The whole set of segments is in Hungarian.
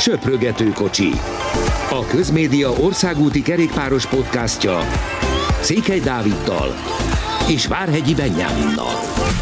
Söprögető kocsi. A Közmédia országúti kerékpáros podcastja Székely Dáviddal és Várhegyi Benyáminnal.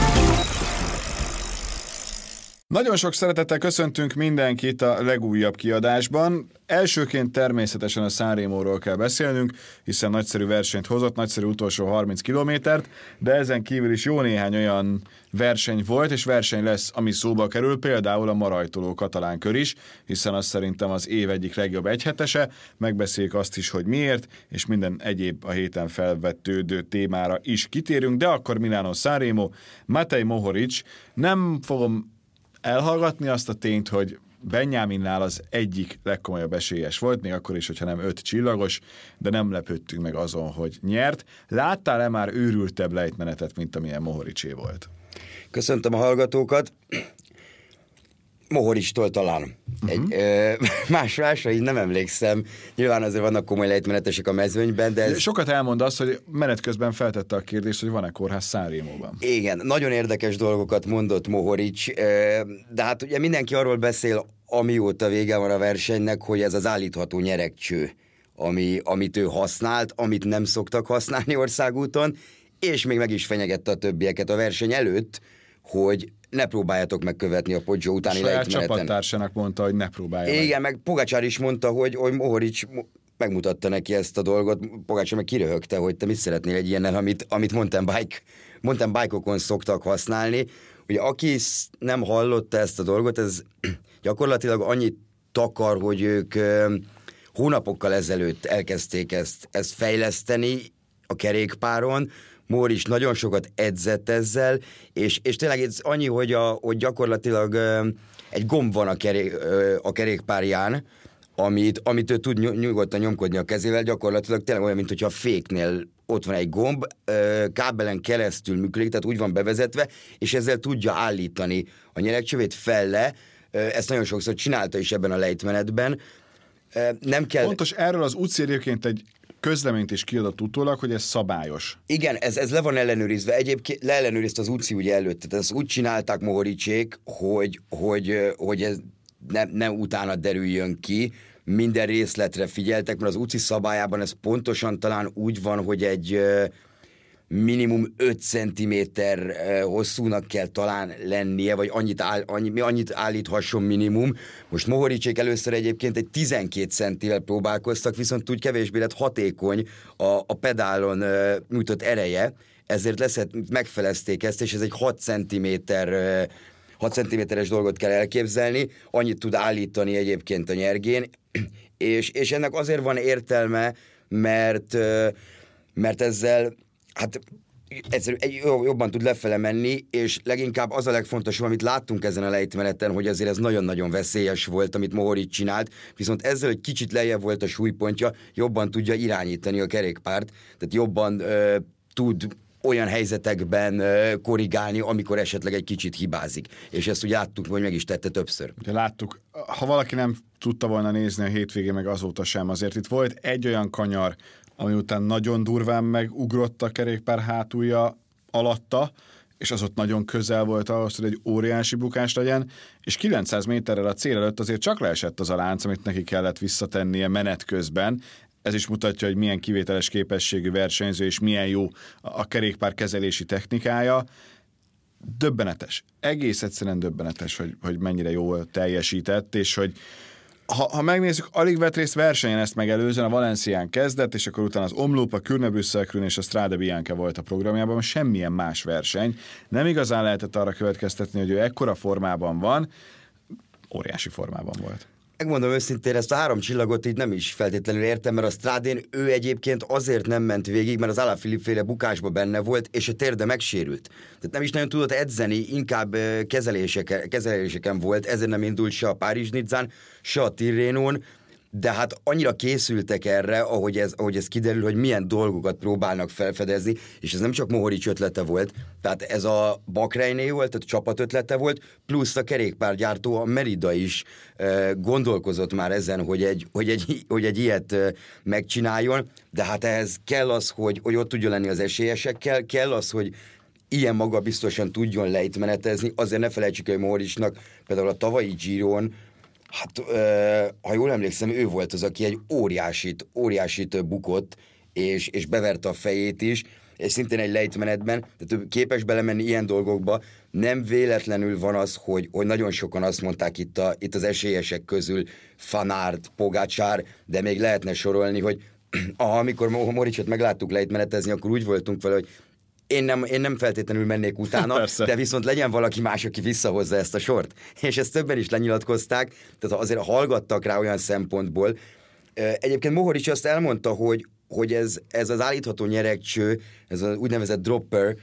Nagyon sok szeretettel köszöntünk mindenkit a legújabb kiadásban. Elsőként természetesen a Sanremóról kell beszélnünk, hiszen nagyszerű versenyt hozott, nagyszerű utolsó 30 kilométert, de ezen kívül is jó néhány olyan verseny volt, és verseny lesz, ami szóba kerül, például a marajtoló katalán kör is, hiszen az szerintem az év egyik legjobb egyhetese, megbeszéljük azt is, hogy miért, és minden egyéb a héten felvetődő témára is kitérünk, de akkor Milano-Sanremo, Matej Mohoric, nem fogom elhallgatni azt a tényt, hogy Benyáminnál az egyik legkomolyabb esélyes volt, még akkor is, hogyha nem 5 csillagos, de nem lepődtünk meg azon, hogy nyert. Láttál-e már őrültebb lejtmenetet, mint amilyen Mohoricé volt? Köszöntöm a hallgatókat. Mohoricstól talán. Másra így nem emlékszem. Nyilván azért vannak komoly lejtmenetesek a mezőnyben, de sokat elmond azt, hogy menet közben feltette a kérdést, hogy van-e kórház Sanremóban. Igen, nagyon érdekes dolgokat mondott Mohoric, de hát ugye mindenki arról beszél, amióta vége van a versenynek, hogy ez az állítható nyeregcső, amit ő használt, amit nem szoktak használni országúton, és még meg is fenyegette a többieket a verseny előtt, hogy ne próbáljátok megkövetni a Poggio utáni lejtmeneten. Saját csapattársának mondta, hogy ne próbálja. Igen, meg Pogačar is mondta, hogy Mohoric megmutatta neki ezt a dolgot. Pogačar meg kiröhögte, hogy te mit szeretnél egy ilyennel, amit mountain bike-okon szoktak használni. Ugye aki nem hallotta ezt a dolgot, ez gyakorlatilag annyit takar, hogy ők hónapokkal ezelőtt elkezdték ezt fejleszteni a kerékpáron. Mohoric nagyon sokat edzett ezzel, és tényleg ez annyi, hogy gyakorlatilag egy gomb van a kerékpárján, amit ő tud nyugodtan nyomkodni a kezével, gyakorlatilag tényleg olyan, mint hogyha a féknél ott van egy gomb, kábelen keresztül működik, tehát úgy van bevezetve, és ezzel tudja állítani a nyeregcsövét felle. Ezt nagyon sokszor csinálta is ebben a lejtmenetben. Nem kell... Pontos, erről az UCI egyébként egy közleményt is kiadott utólag, hogy ez szabályos. Igen, ez le van ellenőrizve. Egyébként leellenőrizte az UCI ugye előtte. Tehát ezt úgy csinálták Mohoricék, hogy ez nem utána derüljön ki. Minden részletre figyeltek, mert az UCI szabályában ez pontosan talán úgy van, hogy egy minimum 5 cm hosszúnak kell talán lennie, vagy annyit állíthasson minimum. Most Mohoricék először egyébként egy 12 centivel próbálkoztak, viszont úgy kevésbé lett hatékony a pedálon nyújtott ereje, ezért megfelezték ezt, és ez egy 6 centiméteres dolgot kell elképzelni, annyit tud állítani egyébként a nyergén, és ennek azért van értelme, mert ezzel hát jobban tud lefele menni, és leginkább az a legfontosabb, amit láttunk ezen a lejtmeneten, hogy azért ez nagyon-nagyon veszélyes volt, amit Mohoric csinált, viszont ezzel, hogy kicsit lejjebb volt a súlypontja, jobban tudja irányítani a kerékpárt, tehát jobban tud olyan helyzetekben korrigálni, amikor esetleg egy kicsit hibázik. És ezt úgy láttuk, hogy meg is tette többször. Ugye láttuk, ha valaki nem tudta volna nézni a hétvégén, meg azóta sem, azért itt volt egy olyan kanyar, ami után nagyon durván megugrott a kerékpár hátulja alatta, és az ott nagyon közel volt ahhoz, hogy egy óriási bukás legyen, és 900 méterrel a cél előtt azért csak leesett az a lánc, amit neki kellett visszatennie menet közben. Ez is mutatja, hogy milyen kivételes képességű versenyző, és milyen jó a kerékpár kezelési technikája. Döbbenetes. Egész egyszerűen döbbenetes, hogy mennyire jól teljesített, és hogy ha megnézzük, alig vett részt versenyen ezt megelőzően, a Valencián kezdett, és akkor utána az Omloop, a Kuurne-Brüsszel-Grün és a Strade Bianca volt a programjában, semmilyen más verseny. Nem igazán lehetett arra következtetni, hogy ő ekkora formában van, óriási formában volt. Megmondom őszintén, ezt a 3 csillagot így nem is feltétlenül értem, mert a Strádén ő egyébként azért nem ment végig, mert az Alaphilippe féle bukásba benne volt, és a térde megsérült. Tehát nem is nagyon tudott edzeni, inkább kezeléseken volt, ezért nem indult se a Párizs-Nizzán, se a Tirrenón, de hát annyira készültek erre, ahogy ez kiderül, hogy milyen dolgokat próbálnak felfedezni, és ez nem csak Mohoric ötlete volt, tehát ez a Bahreiné volt, tehát a csapat ötlete volt, plusz a kerékpárgyártó, a Merida is gondolkozott már ezen, hogy egy ilyet megcsináljon, de hát ehhez kell az, hogy ott tudjon lenni az esélyesekkel, kell az, hogy ilyen magabiztosan tudjon lejtmenetezni, azért ne felejtsük, hogy Mohoricnak például a tavalyi Giron Hát, ha jól emlékszem, ő volt az, aki egy óriásit bukott, és beverte a fejét is, és szintén egy lejtmenetben, tehát ő képes belemenni ilyen dolgokba. Nem véletlenül van az, hogy nagyon sokan azt mondták itt az esélyesek közül, Van Aert, Pogačar, de még lehetne sorolni, hogy amikor Mohoricsot megláttuk lejtmenetezni, akkor úgy voltunk vele, hogy én nem feltétlenül mennék utána, Persze. de viszont legyen valaki más, aki visszahozza ezt a sort. És ezt többen is lenyilatkozták, tehát azért hallgattak rá olyan szempontból. Egyébként Mohorics azt elmondta, hogy ez az állítható nyeregcső, ez az úgynevezett dropper,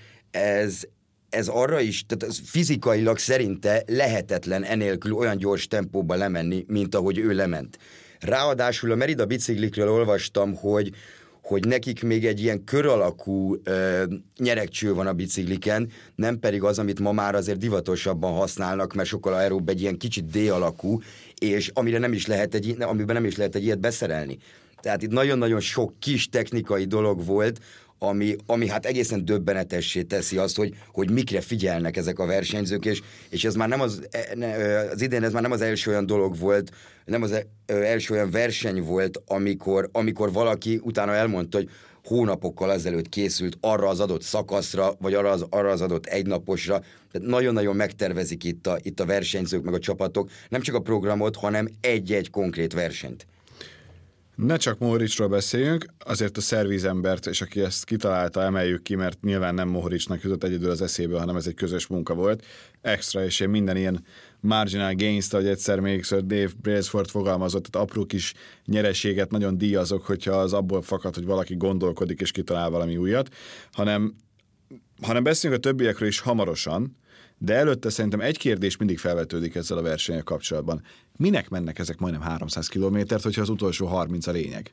ez arra is, tehát ez fizikailag szerinte lehetetlen enélkül olyan gyors tempóba lemenni, mint ahogy ő lement. Ráadásul a Merida biciklikről olvastam, hogy nekik még egy ilyen kör alakú nyeregcső van a bicikliken, nem pedig az, amit ma már azért divatosabban használnak, mert sokkal aeróbb egy ilyen kicsit D alakú, és amiben nem is lehet egy ilyet beszerelni. Tehát itt nagyon-nagyon sok kis technikai dolog volt, ami hát egészen döbbenetessé teszi azt, hogy mikre figyelnek ezek a versenyzők, és ez már nem az idén ez már nem az első olyan dolog volt, nem az első olyan verseny volt, amikor valaki utána elmondta, hogy hónapokkal ezelőtt készült arra az adott szakaszra, vagy arra az adott egynaposra. Tehát nagyon-nagyon megtervezik itt a versenyzők, meg a csapatok, nem csak a programot, hanem egy-egy konkrét versenyt. Ne csak Mohoricsról beszéljünk, azért a szervízembert, és aki ezt kitalálta, emeljük ki, mert nyilván nem Mohoricsnak jutott egyedül az eszébe, hanem ez egy közös munka volt. Extra, és én minden ilyen marginal gains-t, ahogy egyszer még Dave Brailsford fogalmazott, tehát apró kis nyereséget nagyon díjazok, hogyha az abból fakad, hogy valaki gondolkodik és kitalál valami újat, hanem beszélünk a többiekről is hamarosan, de előtte szerintem egy kérdés mindig felvetődik ezzel a versennyel kapcsolatban. Minek mennek ezek majdnem 300 kilométert, hogyha az utolsó 30 a lényeg?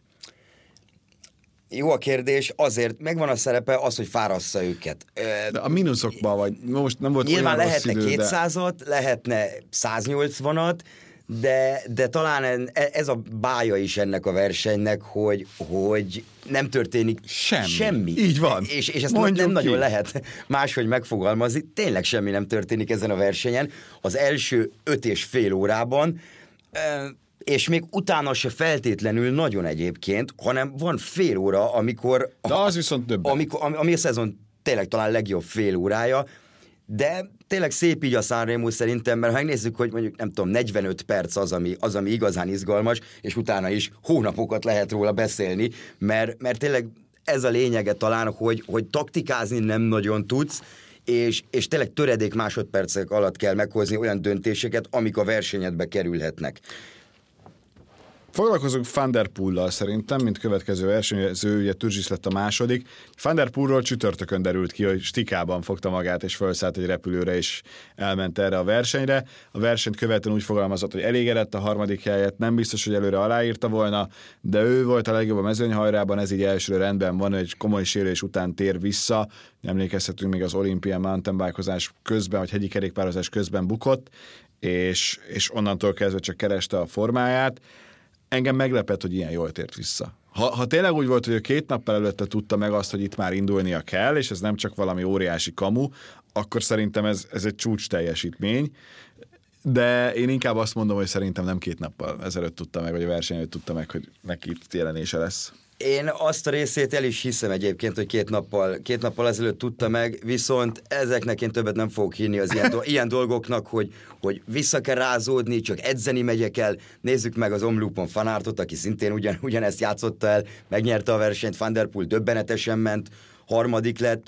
Jó a kérdés, azért megvan a szerepe az, hogy fárassza őket. De a mínuszokban vagy, most nem volt nyilván olyan lehetne rossz idő, 200-at, lehetne 180-at, de talán ez a bája is ennek a versenynek, hogy nem történik semmi. Így van. És ezt Mondjuk nem ki. nagyon lehet máshogy megfogalmazni. Tényleg semmi nem történik ezen a versenyen. Az első 5,5 órában, és még utána se feltétlenül nagyon egyébként, hanem van fél óra, amikor... De az viszont több. Ami a szezon tényleg talán legjobb fél órája, de tényleg szép így a Sanremo szerintem, mert ha megnézzük, hogy mondjuk nem tudom, 45 perc az, ami igazán izgalmas, és utána is hónapokat lehet róla beszélni, mert tényleg ez a lényege talán, hogy taktikázni nem nagyon tudsz, és tényleg töredék másodpercek alatt kell meghozni olyan döntéseket, amik a versenyedbe kerülhetnek. Foglalkozunk Van der Poellal szerintem, mint következő versenyző, ugye Turgis lett a második. Van der Poelról csütörtökön derült ki, hogy stikában fogta magát, és felszállt egy repülőre, és elment erre a versenyre. A versenyt követően úgy fogalmazott, hogy elégedett a harmadik helyet, nem biztos, hogy előre aláírta volna, de ő volt a legjobb a mezőnyhajrában, ez így elsőre rendben van, egy komoly sérülés után tér vissza. Emlékezhetünk még az olimpián mountainbike-ozás közben, vagy hegyi kerékpározás közben bukott, és onnantól kezdve csak kereste a formáját. Engem meglepett, hogy ilyen jól tért vissza. Ha tényleg úgy volt, hogy ő 2 nappal előtte tudta meg azt, hogy itt már indulnia kell, és ez nem csak valami óriási kamu, akkor szerintem ez egy csúcs teljesítmény, de én inkább azt mondom, hogy szerintem nem 2 nappal ezelőtt tudta meg, vagy a verseny előtt tudta meg, hogy neki itt jelenése lesz. Én azt a részét el is hiszem egyébként, hogy 2 nappal ezelőtt tudta meg, viszont ezeknek én többet nem fogok hinni az ilyen dolgoknak, hogy vissza kell rázódni, csak edzeni megyek el. Nézzük meg az Omloopon Van Aertot, aki szintén ugyanezt játszotta el, megnyerte a versenyt, Van der Poel döbbenetesen ment, harmadik lett.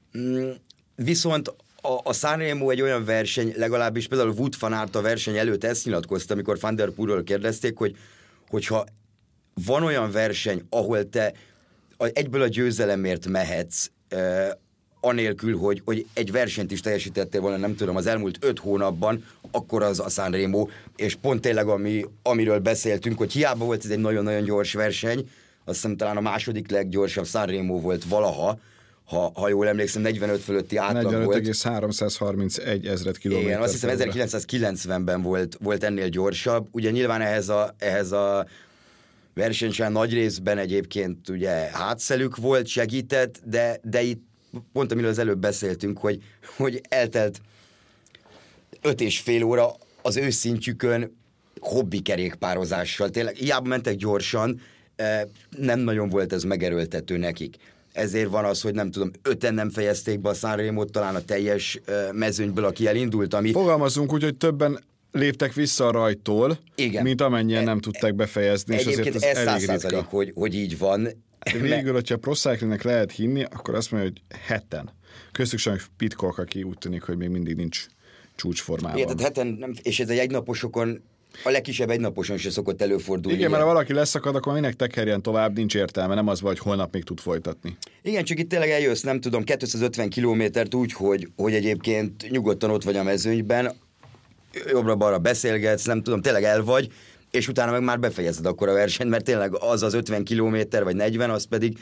Viszont a Sanremo egy olyan verseny, legalábbis például Wout van Aert a verseny előtt ezt nyilatkozta, amikor Van der Poelről kérdezték, hogyha van olyan verseny, ahol te egyből a győzelemért mehetsz, anélkül, hogy egy versenyt is teljesítettél volna, nem tudom, az elmúlt 5 hónapban, akkor az a Sanremo, és pont tényleg amiről beszéltünk, hogy hiába volt ez egy nagyon-nagyon gyors verseny, azt hiszem talán a második leggyorsabb Sanremo volt valaha, ha jól emlékszem, 45 fölötti átlag volt. 45,331 ezred kilométer. Igen, azt hiszem 1990-ben volt ennél gyorsabb. Ugye nyilván ehhez a versenysen nagy részben egyébként ugye hátszelük volt, segített, de itt pont amiről az előbb beszéltünk, hogy eltelt 5,5 óra az ő szintjükön, hobbi kerékpározással. Tényleg, hiába mentek gyorsan, nem nagyon volt ez megerőltető nekik. Ezért van az, hogy nem tudom, 5-en nem fejezték be a Sanremót talán a teljes mezőnyből, aki elindult, ami... Fogalmazunk úgy, hogy többen léptek vissza a rajtól, igen, mint amennyien nem tudták befejezni, és azért ez elég ritka. Hogy így van. Végül, hogyha a Pro Cyclingnek lehet hinni, akkor azt mondja, hogy 7-en. Köztük sajnos Pitcock, aki úgy tűnik, hogy még mindig nincs csúcsformában. Igen, tehát 7-en, és ez egy egynaposokon, a legkisebb egynaposon se szokott előfordulni. Igen, mert ha valaki leszakad, akkor minek tekerjen tovább, nincs értelme, nem az vagy, holnap még tud folytatni. Igen, csak itt tényleg eljössz, nem tudom, 250 kilométert úgy, hogy egyébként nyugodtan ott vagy a mezőnyben, jobbra-balra beszélgetsz, nem tudom, tényleg el vagy, és utána meg már befejezed akkor a versenyt, mert tényleg az 50 kilométer vagy 40, az pedig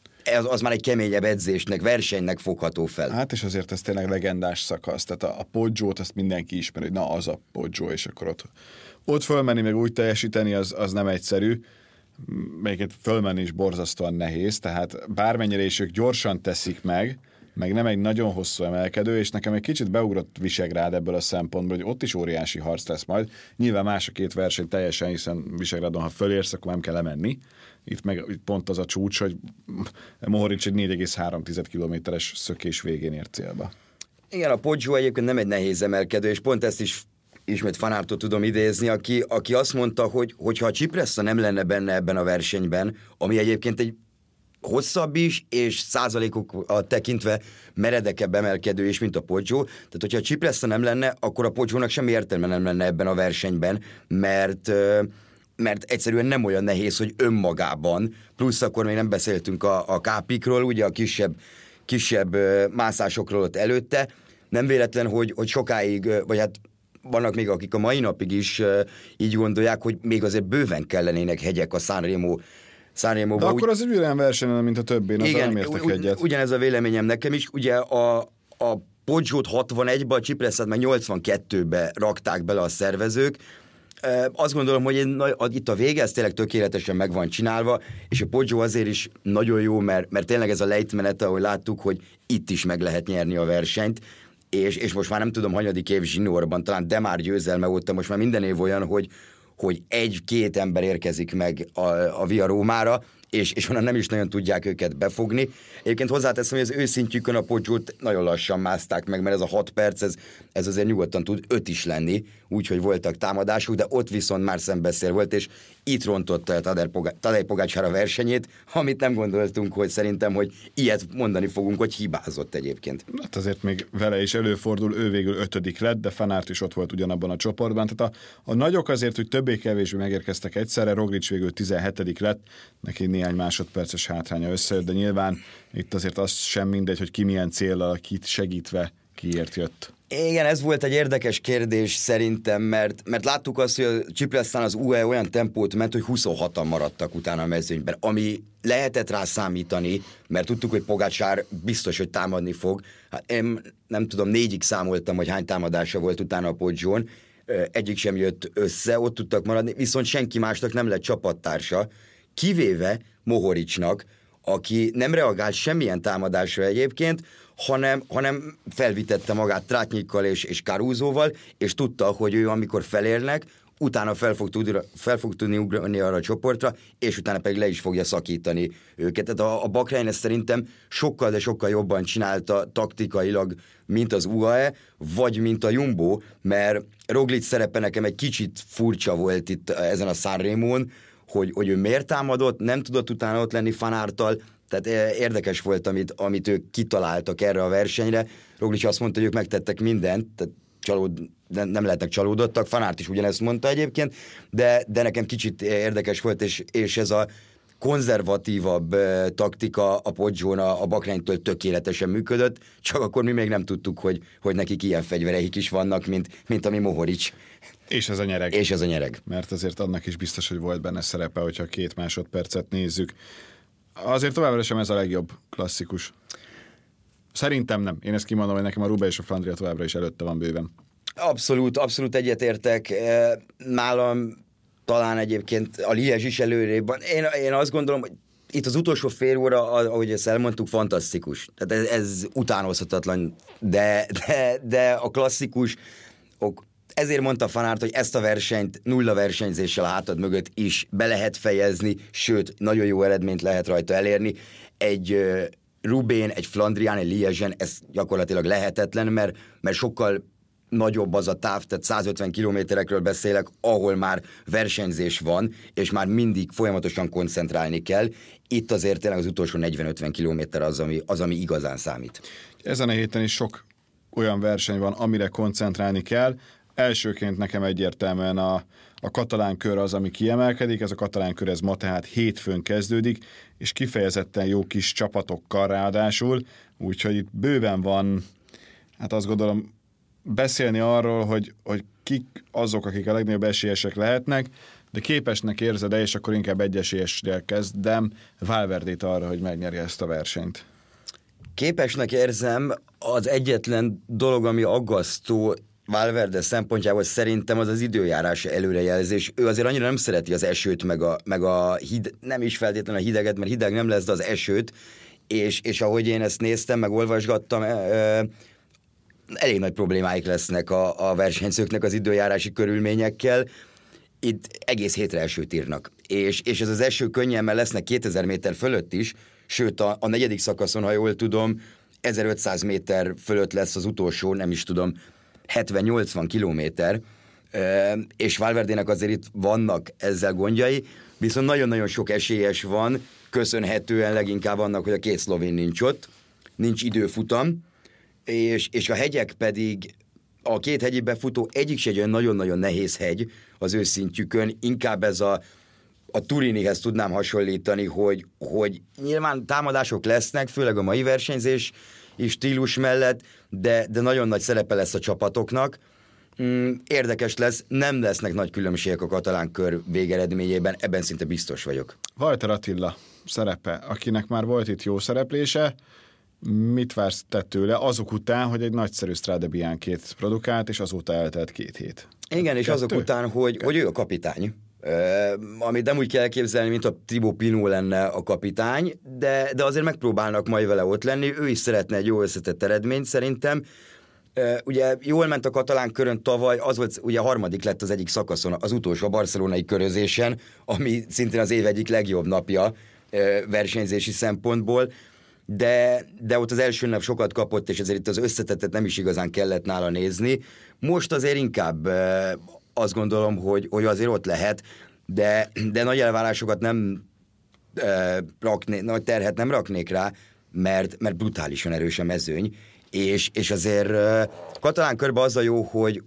az már egy keményebb edzésnek, versenynek fogható fel. Hát és azért ez tényleg legendás szakasz, tehát a Poggio-t azt mindenki ismer, hogy na az a Poggio, és akkor ott fölmenni, meg úgy teljesíteni, az nem egyszerű, melyiket fölmenni is borzasztóan nehéz, tehát bármennyire is ők gyorsan teszik meg nem egy nagyon hosszú emelkedő, és nekem egy kicsit beugrott Visegrád ebből a szempontból, hogy ott is óriási harc lesz majd. Nyilván más a két verseny teljesen, hiszen Visegrádon, ha fölérsz, akkor nem kell lemenni. Itt meg pont az a csúcs, hogy Mohoric egy 4,3 kilométeres szökés végén ért célba. Igen, a Poggio egyébként nem egy nehéz emelkedő, és pont ezt is ismét Fanártól tudom idézni, aki azt mondta, hogy ha a Cipressa nem lenne benne ebben a versenyben, ami egyébként egy hosszabb is, és százalékok tekintve meredekebb emelkedő is, mint a Poggio. Tehát, hogyha a Cipressa nem lenne, akkor a Poggiónak semmi értelme nem lenne ebben a versenyben, mert egyszerűen nem olyan nehéz, hogy önmagában, plusz akkor még nem beszéltünk a kápikról, ugye a kisebb mászásokról ott előtte. Nem véletlen, hogy sokáig, vagy hát vannak még, akik a mai napig is így gondolják, hogy még azért bőven kellenének hegyek a Sanremo. De akkor az egy olyan verseny, mint a többén, azzal nem értek egyet. Ugyanez a véleményem nekem is. Ugye a Poggiót 61-ba, a Cipressát meg 82-be rakták bele a szervezők. Azt gondolom, hogy itt a vége, ez tényleg tökéletesen meg van csinálva, és a Poggio azért is nagyon jó, mert tényleg ez a lejtmenete, ahogy láttuk, hogy itt is meg lehet nyerni a versenyt, és most már nem tudom, hanyadik év zsinórban, talán Demár győzelme óta most már minden év olyan, hogy 1-2 ember érkezik meg a Via Rómára, és onnan nem is nagyon tudják őket befogni. Egyébként hozzáteszem, hogy az őszintjükön a Poggiót nagyon lassan mászták meg, mert ez a 6 perc, ez azért nyugodtan tud 5 is lenni, úgyhogy voltak támadások, de ott viszont már szembeszél volt, és itt rontotta el Tadej Pogačar a versenyét, amit nem gondoltunk, hogy szerintem, hogy ilyet mondani fogunk, hogy hibázott egyébként. Hát azért még vele is előfordul, ő végül 5. lett, de Van Aert is ott volt ugyanabban a csoportban. Tehát a nagyok azért, hogy többé-kevésbé megérkeztek egyszerre, Roglic végül 17. lett, neki néhány másodperces hátránya összejött, de nyilván itt azért az sem mindegy, hogy ki milyen céllal, kit segítve kiért jött. Igen, ez volt egy érdekes kérdés szerintem, mert láttuk azt, hogy a Cipressán az UAE olyan tempót ment, hogy 26-an maradtak utána a mezőnyben, ami lehetett rá számítani, mert tudtuk, hogy Pogačar biztos, hogy támadni fog. Hát én nem tudom, 4-ig számoltam, hogy hány támadása volt utána a Poggión, egyik sem jött össze, ott tudtak maradni, viszont senki másnak nem lett csapattársa, kivéve Mohoricnak, aki nem reagált semmilyen támadásra egyébként, hanem felvitette magát Trátnyikkal és Caruzóval, és tudta, hogy ő amikor felérnek, utána fel fog tudni ugrani arra a csoportra, és utána pedig le is fogja szakítani őket. Tehát a Bahrein ezt szerintem sokkal, de sokkal jobban csinálta taktikailag, mint az UAE, vagy mint a Jumbo, mert Roglic szerepe nekem egy kicsit furcsa volt itt ezen a Sanremón, hogy ő miért támadott, nem tudott utána ott lenni Van Aerttal, tehát érdekes volt, amit ők kitaláltak erre a versenyre. Roglic azt mondta, hogy ők megtettek mindent, tehát nem lehetnek csalódottak, Van Aert is ugyanezt mondta egyébként, de nekem kicsit érdekes volt, és ez a konzervatívabb taktika a Poggión a Bahreintől tökéletesen működött, csak akkor mi még nem tudtuk, hogy nekik ilyen fegyvereik is vannak, mint ami Mohoric. És ez a nyereg. És ez a nyereg. Mert azért annak is biztos, hogy volt benne szerepe, hogyha 2 másodpercet nézzük. Azért továbbra sem ez a legjobb klasszikus. Szerintem nem. Én ezt kimondom, hogy nekem a Roubaix és a Flandria továbbra is előtte van bőven. Abszolút egyetértek. Nálam talán egyébként a Liège is előrébb van. Én azt gondolom, hogy itt az utolsó fél óra, ahogy ezt elmondtuk, fantasztikus. Tehát ez utánozhatatlan, de a klasszikus Ezért mondta Van Aert, hogy ezt a versenyt 0 versenyzéssel a hátad mögött is be lehet fejezni, sőt, nagyon jó eredményt lehet rajta elérni. Egy Roubaix, egy Flandrián, egy Liège-en ez gyakorlatilag lehetetlen, mert sokkal nagyobb az a táv, tehát 150 kilométerekről beszélek, ahol már versenyzés van, és már mindig folyamatosan koncentrálni kell. Itt azért tényleg az utolsó 40-50 kilométer az, ami igazán számít. Ezen a héten is sok olyan verseny van, amire koncentrálni kell. Elsőként nekem egyértelműen a katalán kör az, ami kiemelkedik. Ez a katalán kör, ez ma tehát hétfőn kezdődik, és kifejezetten jó kis csapatokkal ráadásul, úgyhogy itt bőven van, hát azt gondolom, beszélni arról, hogy kik azok, akik a legnagyobb esélyesek lehetnek, de képesnek érzed-e, és akkor inkább egy esélyesnél kezdem, Valverdét arra, hogy megnyerje ezt a versenyt? Képesnek érzem, az egyetlen dolog, ami aggasztó Valverde szempontjából szerintem az időjárás előrejelzés. Ő azért annyira nem szereti az esőt, meg a nem is feltétlenül a hideget, mert hideg nem lesz, de az esőt, és ahogy én ezt néztem, meg olvasgattam, elég nagy problémáik lesznek a versenyzőknek az időjárási körülményekkel. Itt egész hétre esőt írnak. És ez az eső könnyen, mert lesznek 2000 méter fölött is, sőt a 4. szakaszon, ha jól tudom, 1500 méter fölött lesz az utolsó, nem is tudom, 70-80 kilométer, és Valverdének azért itt vannak ezzel gondjai, viszont nagyon-nagyon sok esélyes van, köszönhetően leginkább annak, hogy a két szlovén nincs ott, nincs időfutam, és a hegyek pedig, a két hegyi befutó egyik se egy olyan nagyon-nagyon nehéz hegy az ő szintjükön, inkább ez a Turinihez tudnám hasonlítani, hogy nyilván támadások lesznek, főleg a mai versenyzés és stílus mellett, de nagyon nagy szerepe lesz a csapatoknak. Érdekes lesz, nem lesznek nagy különbségek a katalán kör végeredményében, ebben szinte biztos vagyok. Walter Attila szerepe, akinek már volt itt jó szereplése, mit vársz te tőle azok után, hogy egy nagyszerű Strade Bianchét produkált, és azóta eltelt 2 hét? Igen, és azok után, hogy ő a kapitány, amit nem úgy kell elképzelni, mint a Thibaut Pinot lenne a kapitány, de azért megpróbálnak majd vele ott lenni, ő is szeretne egy jó összetett eredményt szerintem. Ugye jól ment a katalán körön tavaly, az volt, ugye 3. lett az egyik szakaszon, az utolsó a barcelonai körözésen, ami szintén az év egyik legjobb napja versenyzési szempontból, de ott az első nap sokat kapott, és ezért itt az összetettet nem is igazán kellett nála nézni. Most azért inkább azt gondolom, hogy azért ott lehet, de nagy elvárásokat nem nagy terhet nem raknék rá, mert brutálisan erős a mezőny, és azért katalán körben az a jó,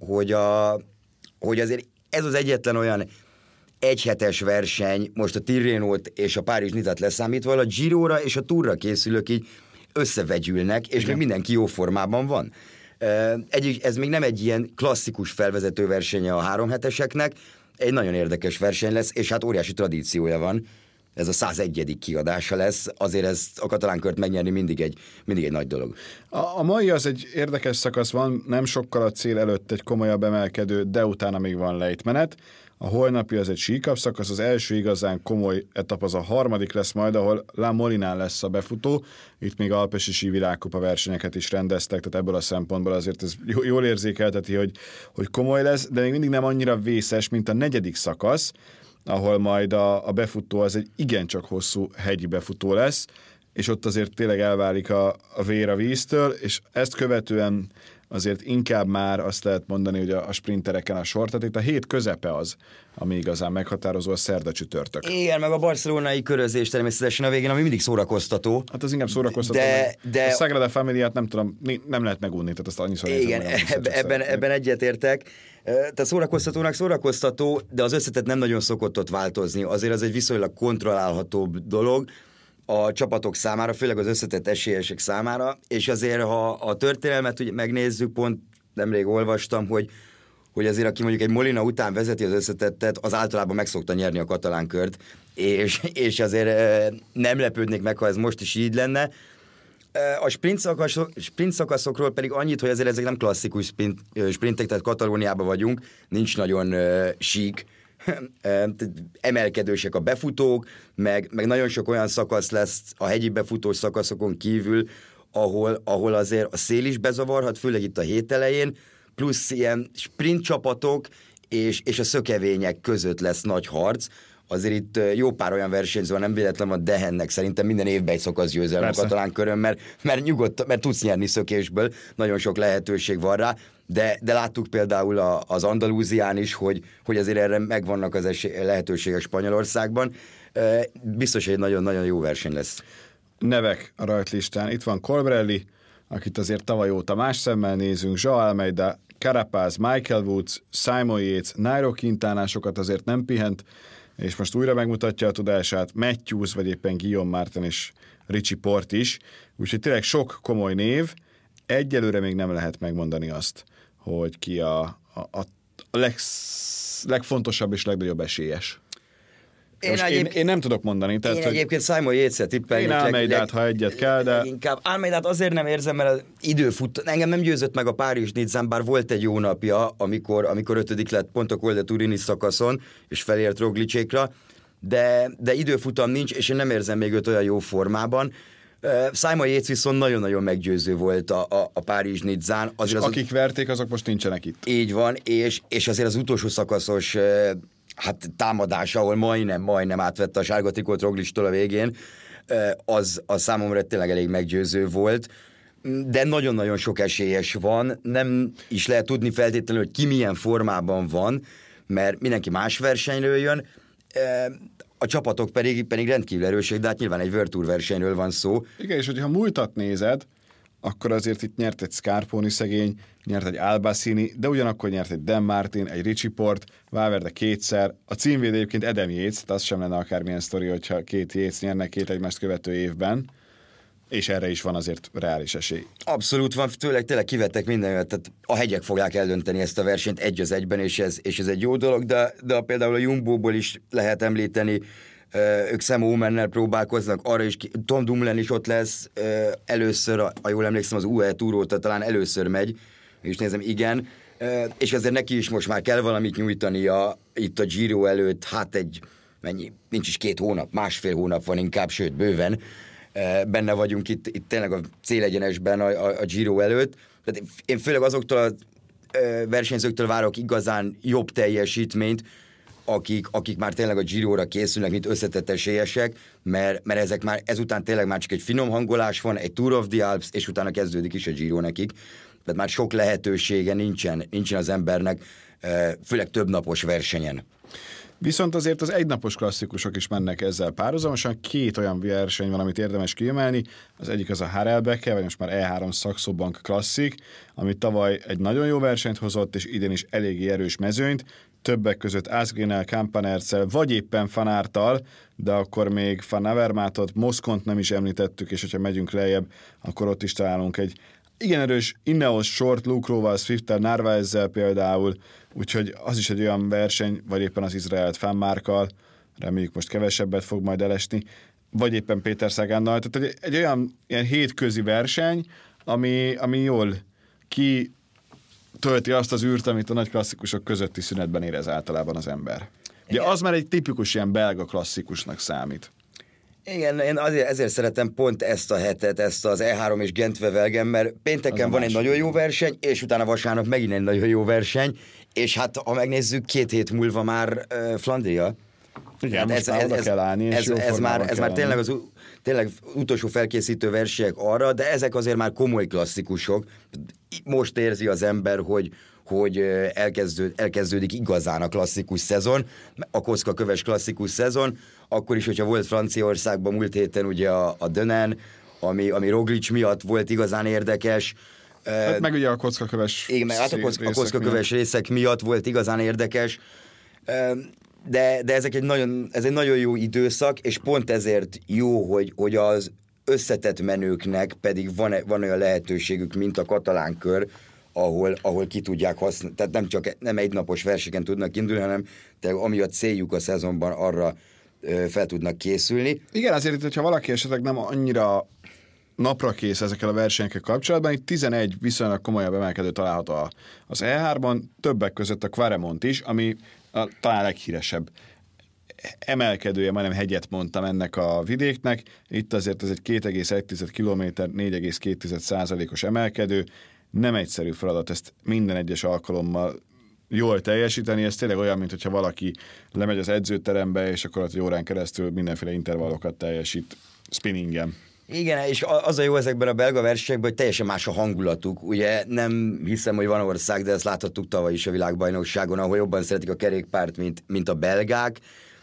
hogy azért ez az egyetlen olyan egyhetes verseny, most a Tirrenót és a Párizs-Nizát leszámítva, a Giróra és a Tourra készülők így összevegyülnek, és még mindenki jó formában van. Ez még nem egy ilyen klasszikus felvezető versenye a 3 heteseknek, egy nagyon érdekes verseny lesz, és hát óriási tradíciója van. Ez a 101. kiadása lesz, azért ezt a katalán kört megnyerni mindig egy nagy dolog. A mai az egy érdekes szakasz van, nem sokkal a cél előtt egy komolyabb emelkedő, de utána még van lejtmenet. A holnapi az egy síkabb szakasz, az első igazán komoly etap az a 3. lesz majd, ahol La Molinán lesz a befutó. Itt még alpesi sívilágkupa versenyeket is rendeztek, tehát ebből a szempontból azért ez jól érzékelteti, hogy komoly lesz, de még mindig nem annyira vészes, mint a 4. szakasz, ahol majd a befutó az egy igencsak hosszú hegyi befutó lesz, és ott azért tényleg elválik a vér a víztől, és ezt követően azért inkább már azt lehet mondani, hogy a sprintereken a sor, tehát itt a hét közepe az, ami igazán meghatározó, a szerda csütörtök. Igen, meg a barcelonai körözés természetesen a végén, ami mindig szórakoztató. Hát az inkább szórakoztató, de a Sagrada Familiát nem tudom, nem lehet megunni, tehát azt annyiszor igen, ebben egyetértek. Tehát szórakoztató, de az összetett nem nagyon szokott ott változni. Azért az egy viszonylag kontrollálhatóbb dolog a csapatok számára, főleg az összetett esélyesek számára, és azért, ha a történelmet ugye megnézzük, pont nemrég olvastam, hogy azért, aki mondjuk egy Molina után vezeti az összetettet, az általában meg szokta nyerni a katalán kört, és azért nem lepődnék meg, ha ez most is így lenne. A sprint szakaszokról pedig annyit, hogy azért ezek nem klasszikus sprintek, tehát Katalóniában vagyunk, nincs nagyon sík, emelkedősek a befutók, meg nagyon sok olyan szakasz lesz a hegyi befutós szakaszokon kívül, ahol azért a szél is bezavarhat, főleg itt a hét elején, plusz ilyen sprint csapatok és a szökevények között lesz nagy harc. Azért itt jó pár olyan versenyző van, nem véletlenül a Dehennek szerintem minden évben egy szakaszgyőzelem a katalán körön, mert nyugodt, mert tudsz nyerni szökésből, nagyon sok lehetőség van rá, de láttuk például az Andalúzián is, hogy azért erre megvannak az lehetőségek Spanyolországban. Biztos, hogy egy nagyon-nagyon jó verseny lesz. Nevek a rajtlistán. Itt van Colbrelli, akit azért tavaly óta más szemmel nézünk, Joao Almeida, Carapaz, Michael Woods, Simon Yates, Nairo Quintana sokat azért nem pihent, és most újra megmutatja a tudását, Matthews, vagy éppen Guillaume Martin és Richie Porte is, úgyhogy tényleg sok komoly név, egyelőre még nem lehet megmondani azt, hogy ki a legfontosabb és legnagyobb esélyes. Én nem tudok mondani. Tehát, én egyébként Simon Yates-et tippelnék. Én Almeidát, ha egyet kell, de... Inkább Almeidát azért nem érzem, mert az időfut... Engem nem győzött meg a Párizs-Nizzán, bár volt egy jó napja, amikor 5. lett pont a Col de Turini szakaszon, és felért Roglicsékra, de időfutam nincs, és én nem érzem még őt olyan jó formában. Simon Yates viszont nagyon-nagyon meggyőző volt a Párizs-Nizzán. Akik verték, azok most nincsenek itt. Így van, és azért az utolsó szakaszos támadás, ahol majdnem átvette a sárga trikót Roglicstól a végén, az számomra tényleg elég meggyőző volt, de nagyon-nagyon sok esélyes van, nem is lehet tudni feltétlenül, hogy ki milyen formában van, mert mindenki más versenyről jön, a csapatok pedig rendkívül erősek, de hát nyilván egy World Tour versenyről van szó. Igen, és hogyha múltat nézed, akkor azért itt nyert egy Scarponi szegény, nyert egy Albacini, de ugyanakkor nyert egy Dan Martin, egy Richie Porte, Valverde kétszer. A címvéd egyébként Adam Yates, tehát az sem lenne akármilyen sztori, hogyha két Yates nyernek két egymást követő évben, és erre is van azért reális esély. Abszolút van, tényleg kivettek minden, tehát a hegyek fogják eldönteni ezt a versenyt egy az egyben, és ez egy jó dolog, de például a Jumbo-ból is lehet említeni, ők Sam Oumennel próbálkoznak, arra is Tom Dumoulin is ott lesz, először, ha jól emlékszem, az UAE Tour óta talán először megy, és nézem, igen, és azért neki is most már kell valamit nyújtania itt a Giro előtt, nincs is 2 hónap, másfél hónap van inkább, sőt, bőven, benne vagyunk itt tényleg a célegyenesben a Giro előtt. Tehát én főleg azoktól a versenyzőktől várok igazán jobb teljesítményt, akik már tényleg a Giro-ra készülnek, mint összetett esélyesek, mert ezek már ezután tényleg már csak egy finom hangolás van, egy Tour of the Alps, és utána kezdődik is a Giro nekik. Tehát már sok lehetősége nincsen az embernek, főleg több napos versenyen. Viszont azért az egynapos klasszikusok is mennek ezzel párhuzamosan. 2 olyan verseny van, amit érdemes kiemelni. Az egyik az a Harelbeke, vagy most már E3 Saxo Bank Classic, ami tavaly egy nagyon jó versenyt hozott, és idén is eléggé erős mezőnyt. Többek között Asgreenel, Campanertzel, vagy éppen Van Aerttal, de akkor még Van Avermaatot, Moszkont nem is említettük, és hogyha megyünk lejjebb, akkor ott is találunk egy igen erős Ineos Short, Luke Rowe-val, Swiftel, Narvaezzel például, úgyhogy az is egy olyan verseny, vagy éppen az Izraelt Van Markkal, reméljük most kevesebbet fog majd elesni, vagy éppen Péter Sagannal, tehát egy olyan ilyen hétközi verseny, ami jól kitölti azt az űrt, amit a nagy klasszikusok közötti szünetben érez általában az ember. Ugye az már egy tipikus ilyen belga klasszikusnak számít. Igen, én ezért szeretem pont ezt a hetet, ezt az E3 és Gent-Wevelgem, mert pénteken van egy nagyon jó verseny, és utána vasárnap megint egy nagyon jó verseny, és hát ha megnézzük, 2 hét múlva már Flandria. Igen, most már oda kell állni, és ez már tényleg az utolsó felkészítő versenyek arra, de ezek azért már komoly klasszikusok. Most érzi az ember, hogy elkezdődik igazán a klasszikus szezon, a kockaköves klasszikus szezon, akkor is, hogyha volt Franciaországban múlt héten ugye a Dönen, ami Roglic miatt volt igazán érdekes. Hát meg ugye a kockaköves a kockaköves részek miatt volt igazán érdekes, de ez egy nagyon jó időszak, és pont ezért jó, hogy az összetett menőknek pedig van olyan lehetőségük, mint a katalán kör, ahol ki tudják használni, tehát nem egynapos versenyeken tudnak indulni, hanem ami a céljuk a szezonban, arra fel tudnak készülni. Igen, azért itt, hogyha valaki esetleg nem annyira napra kész ezekkel a versenyekkel kapcsolatban, itt 11 viszonylag komolyabb emelkedő található az E3-ban, többek között a Quaremont is, ami talán leghíresebb emelkedője, majdnem hegyet mondtam ennek a vidéknek. Itt azért ez egy 2,1 km, 4,2%-os emelkedő. nem egyszerű feladat ezt minden egyes alkalommal jól teljesíteni, ez tényleg olyan, mintha valaki lemegy az edzőterembe, és akkor egy órán keresztül mindenféle intervallokat teljesít spinningen. Igen, és az a jó ezekben a belga versenyekben, hogy teljesen más a hangulatuk. Ugye nem hiszem, hogy van ország, de ezt láthattuk tavaly is a világbajnokságon, ahol jobban szeretik a kerékpárt, mint a belgák,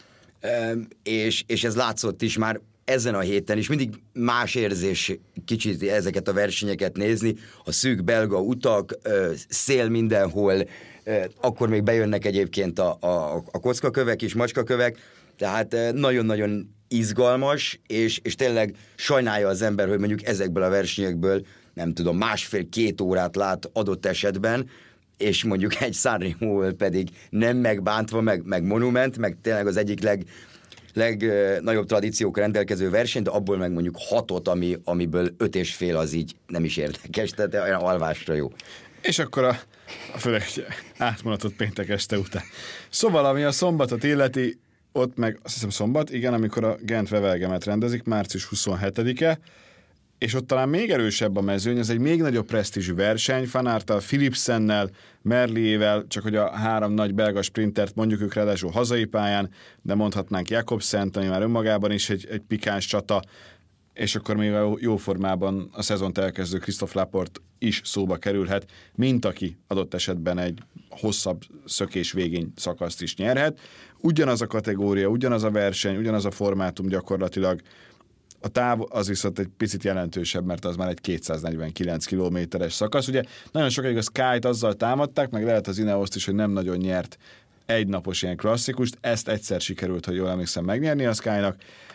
és ez látszott is már ezen a héten is. Mindig más érzés kicsit ezeket a versenyeket nézni. A szűk belga utak, szél mindenhol, akkor még bejönnek egyébként a kockakövek és macskakövek, tehát nagyon-nagyon izgalmas, és tényleg sajnálja az ember, hogy mondjuk ezekből a versenyekből, nem tudom, másfél-két órát lát adott esetben, és mondjuk egy Sanremo pedig nem megbántva, meg monument, meg tényleg az egyik legnagyobb tradíciókkal rendelkező verseny, de abból meg mondjuk 6-ot, amiből 5,5 az így nem is érdekes, tehát olyan alvásra jó. És akkor főleg átmulatott péntek este után. Szóval, ami a szombatot illeti, ott meg azt hiszem szombat, igen, amikor a Gent-Wevelgemet rendezik, március 27-e, és ott talán még erősebb a mezőny, ez egy még nagyobb presztízsű verseny, Van Aerttel, Philipsennel, Merliével, csak hogy a 3 nagy belga sprintert mondjuk ők ráadásul hazai pályán, de mondhatnánk Jakobsent, ami már önmagában is egy pikáns csata, és akkor még a jó formában a szezont elkezdő Christophe Laporte is szóba kerülhet, mint aki adott esetben egy hosszabb szökés végén szakaszt is nyerhet. Ugyanaz a kategória, ugyanaz a verseny, ugyanaz a formátum gyakorlatilag. A táv az viszont egy picit jelentősebb, mert az már egy 249 kilométeres szakasz. Ugye nagyon sokáig a Sky-t azzal támadták, meg lehet az Ineoszt is, hogy nem nagyon nyert egynapos ilyen klasszikust. Ezt egyszer sikerült, hogy jól emlékszem, megnyerni a Sky-nak,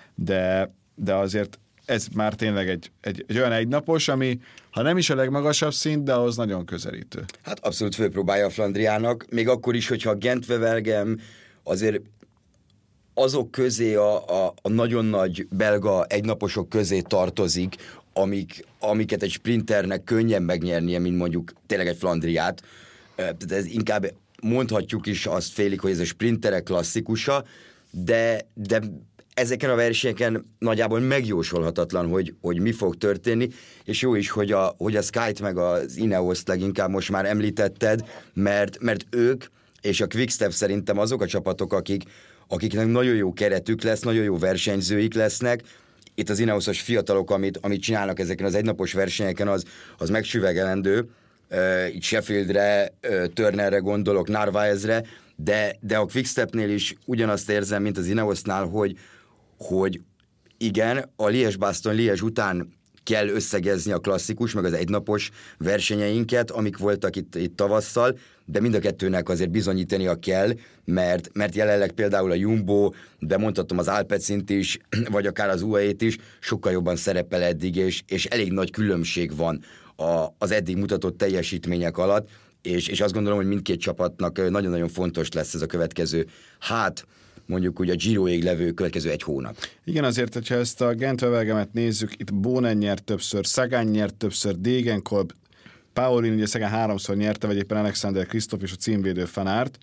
de azért ez már tényleg egy olyan egynapos, ami ha nem is a legmagasabb szint, de ahhoz nagyon közelítő. Hát abszolút főpróbája a Flandriának, még akkor is, hogyha Gent-Wevelgem azért azok közé a nagyon nagy belga egynaposok közé tartozik, amiket egy sprinternek könnyen megnyernie, mint mondjuk tényleg egy Flandriát. Tehát ez inkább mondhatjuk is azt félig, hogy ez a sprinterek klasszikusa, de ezeken a versenyeken nagyjából megjósolhatatlan, hogy mi fog történni, és jó is, hogy a Sky-t meg az Ineos-t leginkább most már említetted, mert ők és a Quickstep szerintem azok a csapatok, akiknek nagyon jó keretük lesz, nagyon jó versenyzőik lesznek. Itt az Ineosos fiatalok, amit csinálnak ezeken az egynapos versenyeken, az megsüvegelendő. Itt Sheffieldre, Turnerre gondolok, Narvaezre, de a Quickstepnél is ugyanazt érzem, mint az Ineosnál, hogy igen, a Liège-Bastogne-Liège után kell összegezni a klasszikus, meg az egynapos versenyeinket, amik voltak itt tavasszal, de mind a kettőnek azért bizonyítania kell, mert jelenleg például a Jumbo, de mondhatom az Alpecint is, vagy akár az UAE-t is sokkal jobban szerepel eddig, és elég nagy különbség van az eddig mutatott teljesítmények alatt, és azt gondolom, hogy mindkét csapatnak nagyon-nagyon fontos lesz ez a következő, mondjuk úgy a Giroig levő következő egy hónap. Igen, azért, hogyha ezt a Gent-Wevelgemet nézzük, itt Bonen nyert többször, Sagan nyert többször, Degenkolb, Paulin, ugye Sagan 3-szor nyerte, vagy éppen Alexander Kristoff és a címvédő Van Aert.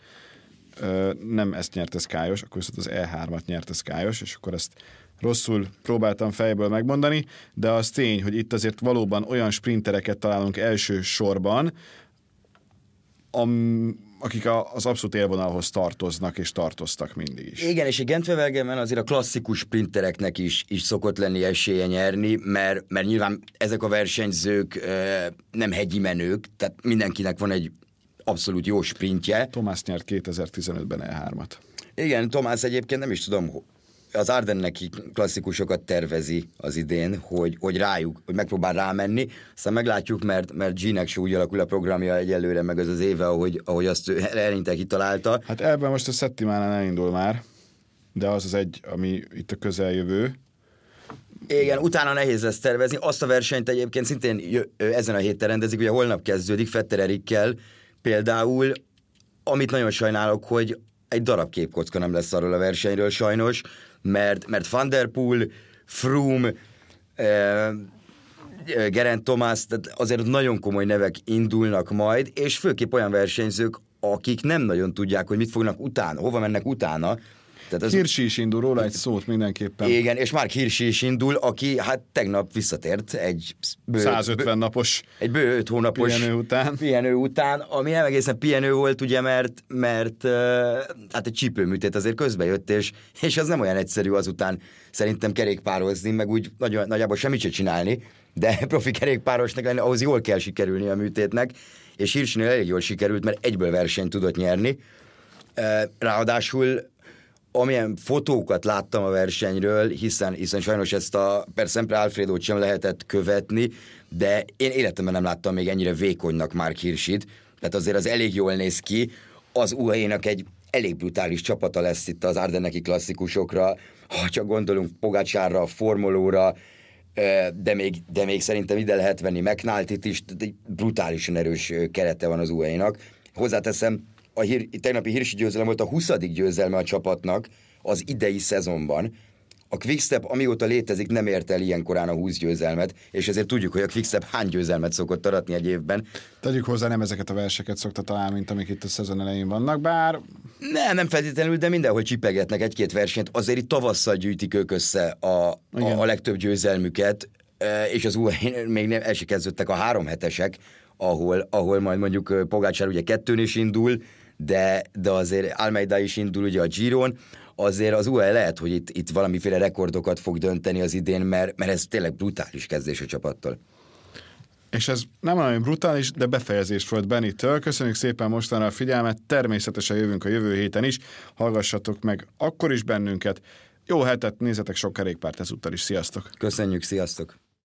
Nem ezt nyerte Skyos, akkor viszont az E3-at nyerte Skyos, és akkor ezt rosszul próbáltam fejből megmondani, de az tény, hogy itt azért valóban olyan sprintereket találunk első sorban, akik az abszolút élvonalhoz tartoznak és tartoztak mindig is. Igen, és a Gent-Wevelgemen azért a klasszikus sprintereknek is szokott lenni esélye nyerni, mert nyilván ezek a versenyzők nem hegyi menők, tehát mindenkinek van egy abszolút jó sprintje. Tomás nyert 2015-ben E3-at. Igen, Tomás egyébként nem is tudom, az Ardenneki klasszikusokat tervezi az idén, hogy rájuk, hogy megpróbál rámenni, aztán meglátjuk, mert G-nek se úgy alakul a programja egyelőre, meg az éve, ahogy azt ő eleinte kitalálta. Hát ebben most a Settimánán elindul már, de az egy, ami itt a közeljövő. Igen, utána nehéz lesz tervezni. Azt a versenyt egyébként szintén ezen a héten rendezik, ugye holnap kezdődik Vetter Erikkel például, amit nagyon sajnálok, hogy egy darab képkocka nem lesz arról a versenyről sajnos, mert Van der Poel, Froome, Geraint Thomas, tehát azért nagyon komoly nevek indulnak majd, és főképp olyan versenyzők, akik nem nagyon tudják, hogy mit fognak utána, hova mennek utána. Hirschi is indul, róla egy szót mindenképpen. Igen, és Mark Hirschi is indul, aki hát tegnap visszatért egy 150 napos egy bő 5 hónapos pihenő után, ami nem egészen pihenő volt, ugye, mert hát egy csípőműtét azért közbe jött, és az nem olyan egyszerű azután szerintem kerékpározni, meg úgy nagyjából semmit se csinálni, de profi kerékpárosnak lenni, ahhoz jól kell sikerülni a műtétnek, és Hirschinél elég jól sikerült, mert egyből versenyt tudott nyerni. Ráadásul amilyen fotókat láttam a versenyről, hiszen sajnos ezt persze Sempre Alfredót sem lehetett követni, de én életemben nem láttam még ennyire vékonynak Mark Hirschit, tehát azért az elég jól néz ki, az UAE-nak egy elég brutális csapata lesz itt az ardenneki klasszikusokra, ha csak gondolunk Pogačarra, Formolóra, de még szerintem ide lehet venni McNultyt is, egy brutálisan erős kerete van az UAE-nak. Hozzáteszem, a tegnapi Hirschi győzelem volt a 20. győzelme a csapatnak az idei szezonban. A Quickstep amióta létezik nem ért el ilyen korán a 20 győzelmet, és ezért tudjuk, hogy a Quickstep hány győzelmet szokott aratni egy évben. Tegyük hozzá, nem ezeket a verseket szokta találni, mint amik itt a szezon elején vannak, bár... Nem feltétlenül, de mindenhol csipegetnek egy-két versenyt, azért itt tavasszal gyűjtik ők össze a legtöbb győzelmüket, és az UAE még nem, el se kezdődtek a 3 hetesek, ahol majd mondjuk Pogačar ugye 2-n is indul, de azért Almeida is indul ugye a Giron, azért az UAE lehet, hogy itt valamiféle rekordokat fog dönteni az idén, mert ez tényleg brutális kezdés a csapattól. És ez nem olyan brutális, de befejezés volt Benitől. Köszönjük szépen mostanra a figyelmet, természetesen jövünk a jövő héten is, hallgassatok meg akkor is bennünket. Jó hetet, nézzetek sok kerékpárt ezúttal is, sziasztok! Köszönjük, sziasztok!